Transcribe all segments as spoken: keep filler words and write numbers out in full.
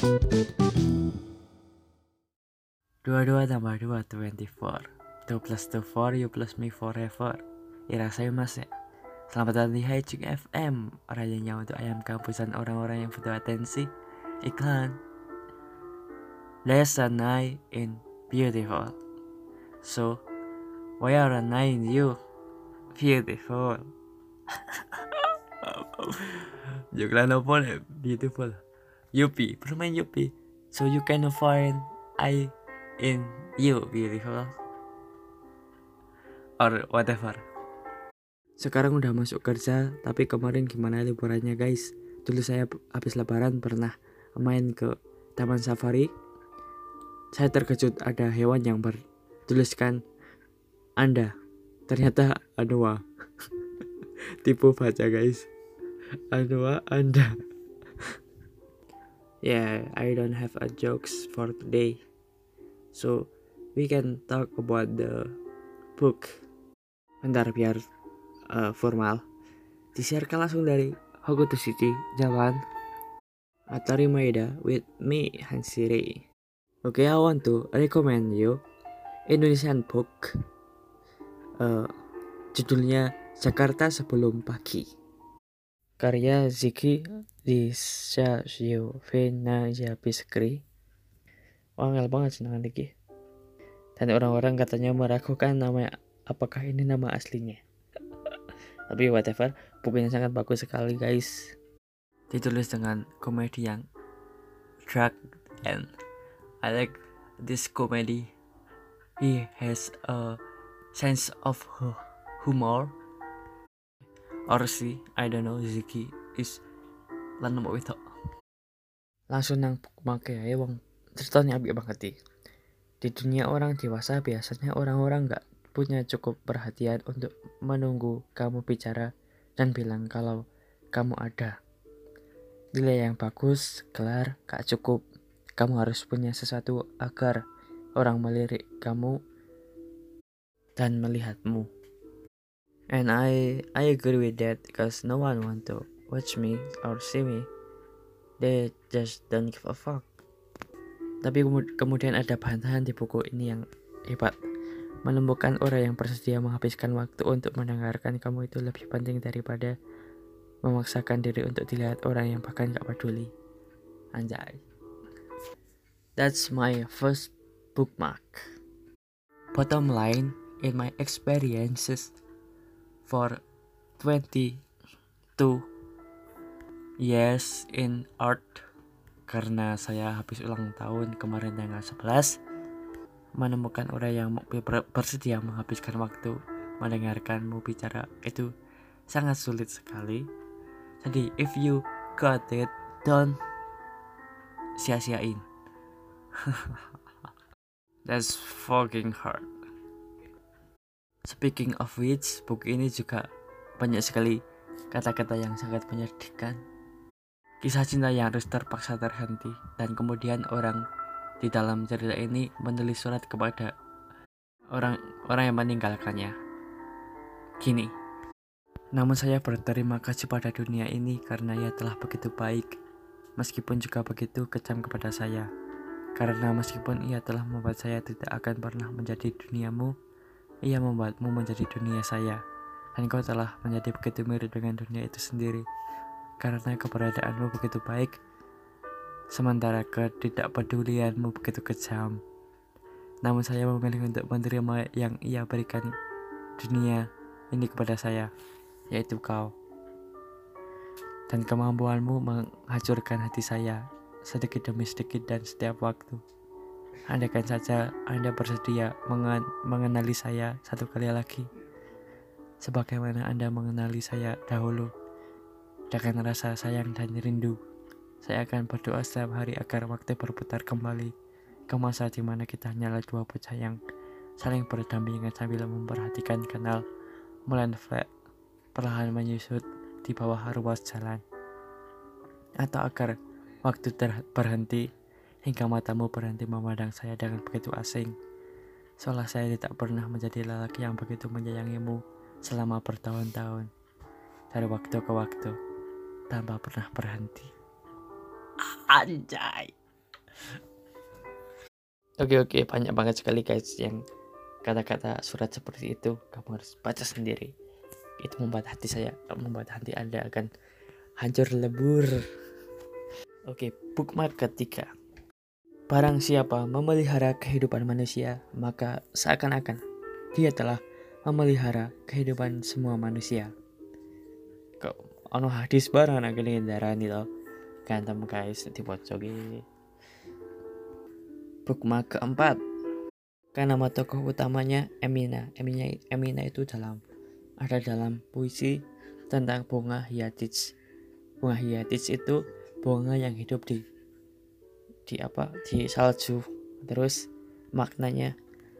Dua-dua tambah dua, twenty-four. Two plus two, four, you plus me forever. Irasaimasu. Selamat datang di Haijik F M, radionya untuk ayam kampusan orang-orang yang butuh atensi. Iklan. There's a night in beautiful. So, why are a night in you beautiful? Joglan apa nih? Beautiful. Yupi, permain Yupi. So you can find I in you beautiful. Or whatever. Sekarang udah masuk kerja, tapi kemarin gimana liburannya guys? Dulu saya habis lebaran pernah main ke taman safari. Saya terkejut ada hewan yang bertuliskan Anda. Ternyata Anoa. Tipu baca guys. Anoa Anda. Yeah, I don't have a jokes for today. So, we can talk about the book. Bentar biar uh, formal. Disiarkan langsung dari Hokuto City, Japan. Atari Maeda with me, Hansiri. Okay, I want to recommend you Indonesian book. Uh, judulnya Jakarta Sebelum Pagi. Karya Ziki Disyavena Jabiskri. Wangel banget senangan lagi. Dan orang-orang katanya meragukan nama apakah ini nama aslinya. Tapi whatever, bukunya sangat bagus sekali guys. Ditulis dengan komedi yang dark and I like this comedy. He has a sense of humor. Or si, I don't know, Ziki is lan mau itu. Langsung nang make ae wong ceritanya apik banget di. Di dunia orang dewasa biasanya orang-orang gak punya cukup perhatian untuk menunggu kamu bicara dan bilang kalau kamu ada. Nilai yang bagus, gelar, gak cukup. Kamu harus punya sesuatu agar orang melirik kamu dan melihatmu. And I I agree with that because no one want to watch me or see me. They just don't give a fuck. Tapi kemudian ada bantahan di buku ini yang hebat. Menemukan orang yang bersedia menghabiskan waktu untuk mendengarkan kamu itu lebih penting daripada memaksakan diri untuk dilihat orang yang bahkan gak peduli. Anjay. That's my first bookmark. Bottom line, in my experiences for twenty-two years in art, karena saya habis ulang tahun kemarin tanggal sebelas, menemukan orang yang bersedia menghabiskan waktu mendengarkanmu bicara itu sangat sulit sekali. Jadi if you got it, don't sia-siain. That's fucking hard. Speaking of which, buku ini juga banyak sekali kata-kata yang sangat menyedihkan. Kisah cinta yang harus terpaksa terhenti, dan kemudian orang di dalam cerita ini menulis surat kepada orang orang yang meninggalkannya. Gini, namun saya berterima kasih pada dunia ini karena ia telah begitu baik, meskipun juga begitu kejam kepada saya. Karena meskipun ia telah membuat saya tidak akan pernah menjadi duniamu, ia membuatmu menjadi dunia saya, dan kau telah menjadi begitu mirip dengan dunia itu sendiri. Karena keberadaanmu begitu baik, sementara ketidakpedulianmu begitu kejam. Namun saya memilih untuk menerima yang ia berikan dunia ini kepada saya, yaitu kau. Dan kemampuanmu menghancurkan hati saya sedikit demi sedikit dan setiap waktu. Andaikan saja Anda bersedia mengen- mengenali saya satu kali lagi, sebagaimana Anda mengenali saya dahulu, dengan rasa sayang dan rindu, saya akan berdoa setiap hari agar waktu berputar kembali ke masa di mana kita hanyalah dua bocah yang saling berdampingan sambil memperhatikan kanal Mulan Flat perlahan menyusut di bawah ruas jalan. Atau agar waktu ter- berhenti hingga matamu berhenti memandang saya dengan begitu asing, seolah saya tidak pernah menjadi lelaki yang begitu menyayangimu selama bertahun-tahun, dari waktu ke waktu, tanpa pernah berhenti. Anjay. Oke oke, banyak banget sekali guys yang kata-kata surat seperti itu. Kamu harus baca sendiri. Itu membuat hati saya, membuat hati Anda akan hancur lebur. Oke, bookmark ketiga. Barang siapa memelihara kehidupan manusia, maka seakan-akan dia telah memelihara kehidupan semua manusia. Kok ono hadis barang nak gini darani lo. Gantem guys dipocoki. Bookmark keempat. Kan nama tokoh utamanya Emina. Emina, Emina itu dalam ada dalam puisi tentang bunga hiatis. Bunga hiatis itu bunga yang hidup di di apa di salju. Terus maknanya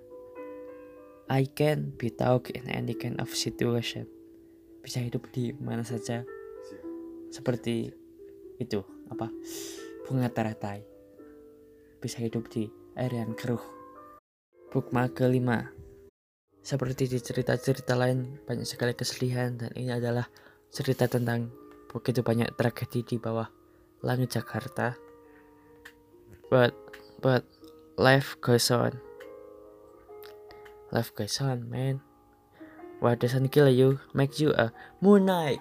I can be talk in any kind of situation. Bisa hidup di mana saja. Seperti itu apa bunga teratai. Bisa hidup di air yang keruh. Bookmark kelima. Seperti di cerita-cerita lain banyak sekali kesedihan, dan ini adalah cerita tentang begitu banyak tragedi di bawah langit Jakarta. But but life goes on. Life goes on, man. What doesn't kill you makes you a moon knight.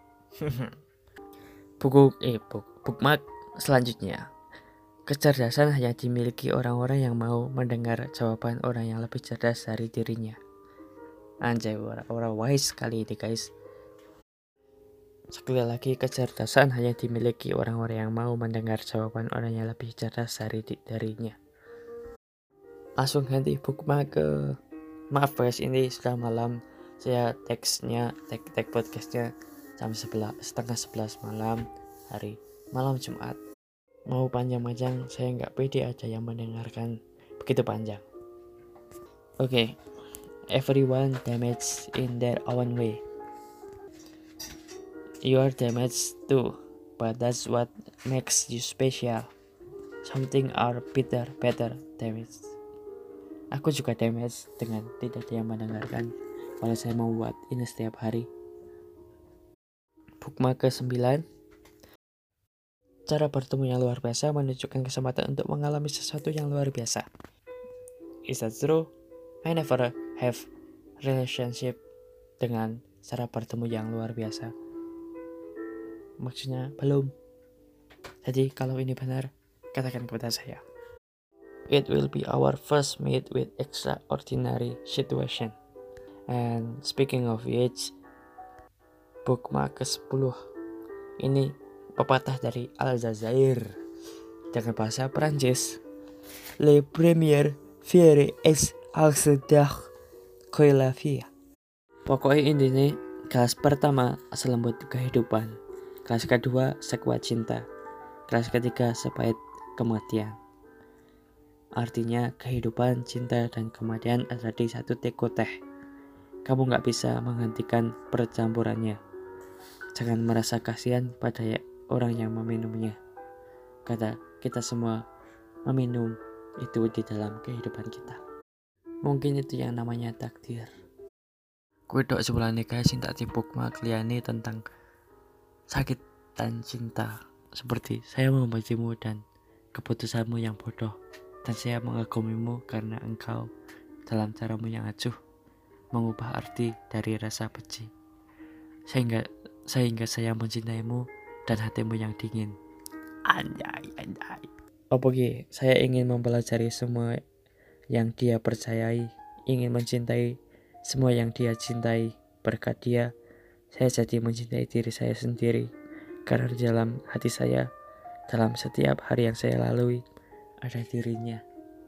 Buku eh book, bookmark selanjutnya. Kecerdasan hanya dimiliki orang-orang yang mau mendengar jawaban orang yang lebih cerdas dari dirinya. Anjay, orang wise sekali ini guys. Sekali lagi, kecerdasan hanya dimiliki orang-orang yang mau mendengar jawaban orang yang lebih cerdas dari darinya. Langsung ganti bookmark ke. Maaf guys, ini sudah malam. Saya teksnya, tag, tag podcastnya jam sebelas, setengah sebelas malam hari malam Jumat. Mau panjang-panjang saya nggak pede aja yang mendengarkan begitu panjang. Oke, okay. Everyone damaged in their own way. You are damaged too, but that's what makes you special. Something are better, better damaged. Aku juga damaged dengan tidak ada yang mendengarkan walau saya membuat ini setiap hari. Bookmark ke sembilan. Cara bertemu yang luar biasa menunjukkan kesempatan untuk mengalami sesuatu yang luar biasa. Is that true? I never have relationship dengan cara bertemu yang luar biasa. Maksudnya belum. Jadi kalau ini benar, katakan kepada saya. It will be our first meet with extraordinary situation. And speaking of which, bookmark ke sepuluh. Ini pepatah dari Aljazair dengan bahasa Prancis. Le premier faire est alcedar que la vie. Pokoknya intinya, kelas pertama selembut kehidupan, kelas kedua sekuat cinta, kelas ketiga sepahit kematian. Artinya kehidupan, cinta, dan kematian ada di satu teko teh. Kamu gak bisa menghentikan percampurannya. Jangan merasa kasihan pada orang yang meminumnya. Kata kita semua meminum itu di dalam kehidupan kita. Mungkin itu yang namanya takdir. Kue dok sebelahnya guys cinta tipuk mak liane tentang sakit dan cinta. Seperti saya membencimu dan keputusanmu yang bodoh, dan saya mengagumimu karena engkau dalam caramu yang acuh mengubah arti dari rasa benci, sehingga sehingga saya mencintaimu dan hatimu yang dingin. Anjay, anjay. Apa ki? Saya ingin mempelajari semua yang dia percayai, ingin mencintai semua yang dia cintai. Berkat dia, saya jadi mencintai diri saya sendiri. Karena di dalam hati saya, dalam setiap hari yang saya lalui, ada dirinya.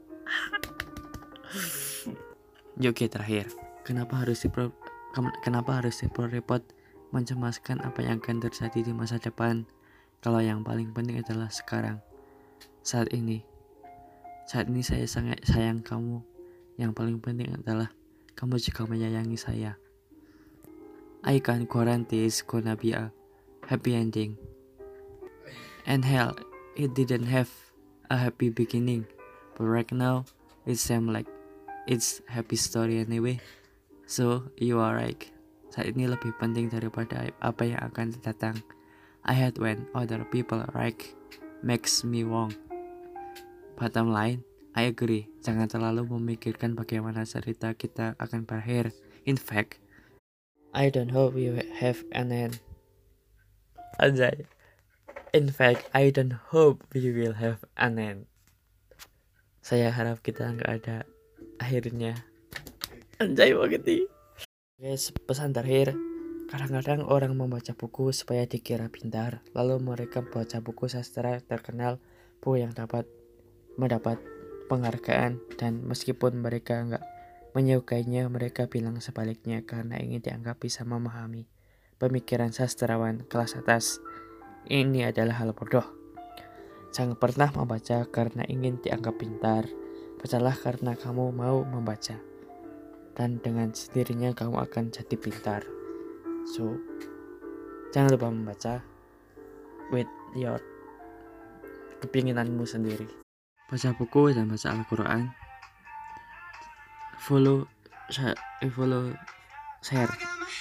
Oke, terakhir. Kenapa harus dipro, kenapa harus repot mencemaskan apa yang akan terjadi di masa depan, kalau yang paling penting adalah sekarang, saat ini. Saat ini saya sangat sayang kamu. Yang paling penting adalah kamu juga menyayangi saya. I can guarantee it's gonna be a happy ending. And hell, it didn't have a happy beginning, but right now it seems like it's happy story anyway. So you are right. Saat ini lebih penting daripada apa yang akan datang. I hate when other people right makes me wrong. Bottom line, I agree, jangan terlalu memikirkan bagaimana cerita kita akan berakhir. In fact, I don't hope we have an end. Anjay. In fact, I don't hope we will have an end. Saya harap kita nggak ada akhirnya. Anjay banget nih. Guys, pesan terakhir. Kadang-kadang orang membaca buku supaya dikira pintar, lalu mereka baca buku sastra terkenal, buku yang dapat mendapat penghargaan, dan meskipun mereka nggak menyukainya, mereka bilang sebaliknya karena ingin dianggap bisa memahami pemikiran sastrawan kelas atas. Ini adalah hal bodoh. Jangan pernah membaca karena ingin dianggap pintar. Bacalah karena kamu mau membaca, dan dengan sendirinya kamu akan jadi pintar. So, jangan lupa membaca with your kepinginanmu sendiri. Baca buku dan baca Al-Quran. Follow, share, follow, share.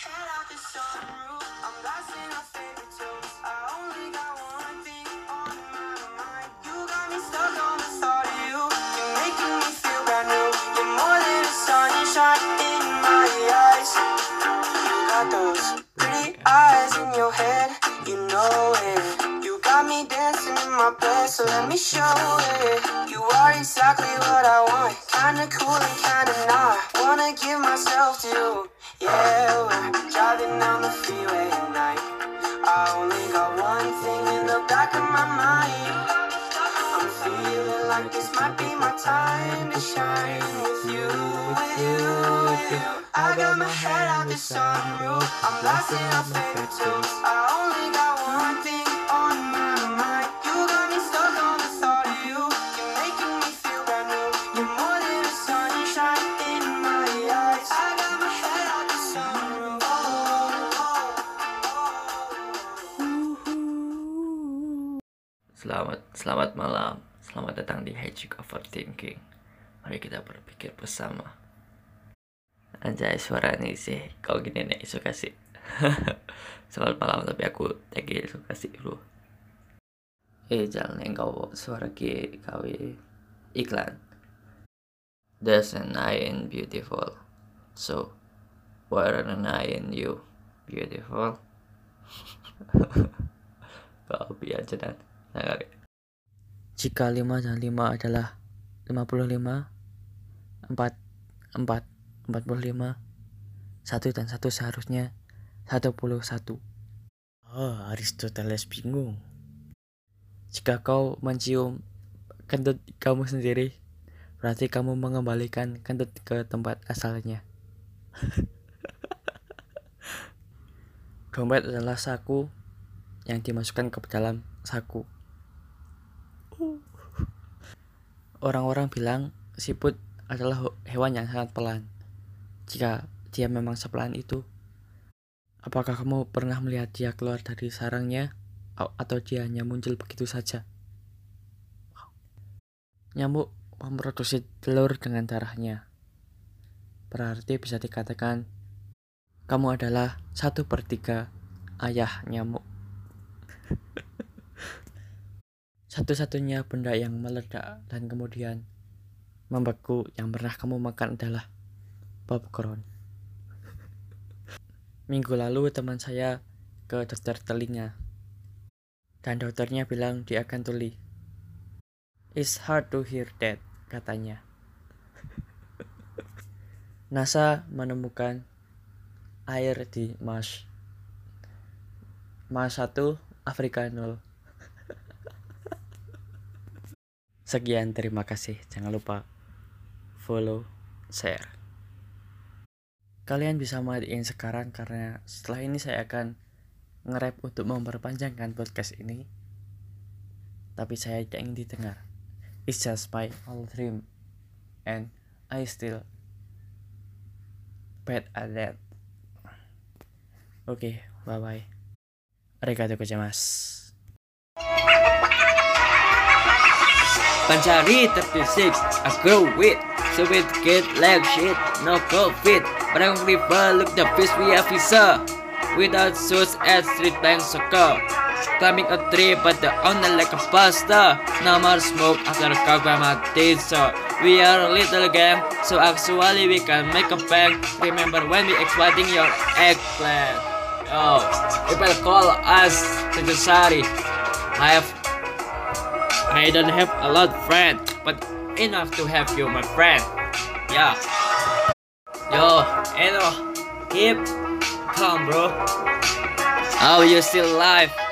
Those pretty eyes in your head, you know it. You got me dancing in my bed, so let me show it. You are exactly what I want, kinda cool and kinda not. Wanna give myself to you, yeah. We're driving down the freeway at night. I only got one thing in the back of my mind. I'm feeling like this might be my time to shine with you, with you, with you. I got my head out the sunroof, I'm blasting out favorite tunes. I only got one thing on my mind. You got me stuck on the thought of you. You're making me feel brand new. You're more than a sunshine in my eyes. I got my head out the sunroof. Oh, oh, oh. Selamat, selamat malam. Selamat datang di Hedgehog Overthinking. Mari kita berpikir bersama. Anjay, suara nih sih kalau gini nih suka sih. Selamat malam, tapi aku tadi suka sih dulu. Eh jangan yang kau suara ki kawi iklan. There's an eye in beautiful, so what an eye in you beautiful. Kau biar dan nah, jika lima dan lima adalah lima puluh lima, empat empat empat puluh lima, satu dan satu seharusnya satu puluh satu. Oh, Aristoteles bingung. Jika kau mencium kentut kamu sendiri, berarti kamu mengembalikan kentut ke tempat asalnya. Dompet adalah saku yang dimasukkan ke dalam saku. Orang-orang bilang siput adalah hewan yang sangat pelan. Jika dia memang sepelan itu, apakah kamu pernah melihat dia keluar dari sarangnya, atau dia hanya muncul begitu saja? Nyamuk memproduksi telur dengan darahnya. Berarti bisa dikatakan kamu adalah satu per tiga ayah nyamuk. Satu-satunya benda yang meledak dan kemudian membeku yang pernah kamu makan adalah popcorn. Minggu lalu teman saya ke dokter telinga, dan dokternya bilang dia akan tuli. It's hard to hear that, katanya. NASA menemukan air di Mars. Mars satu, Afrika nol. Sekian, terima kasih. Jangan lupa follow, share. Kalian bisa matiin sekarang karena setelah ini saya akan nge-rap untuk memperpanjangkan podcast ini. Tapi saya tidak ingin didengar. It's just my old dream and I still bad at that. Oke, okay, bye bye. Arigatou gozaimasu. Pancari thirty-six, I grow with, so with get leg shit, no profit. But I prefer look the fish we have visa, without shoes at street playing soccer. Climbing a tree but the owner like a pasta. No more smoke after a cover my teacher. We are a little gang, so actually we can make a bang. Remember when we exploiting your eggplant? Oh, people call us Tegasari. I have, I don't have a lot of friends, but enough to have you, my friend. Yeah. Yo, Eno, keep calm, bro. Oh, you still alive?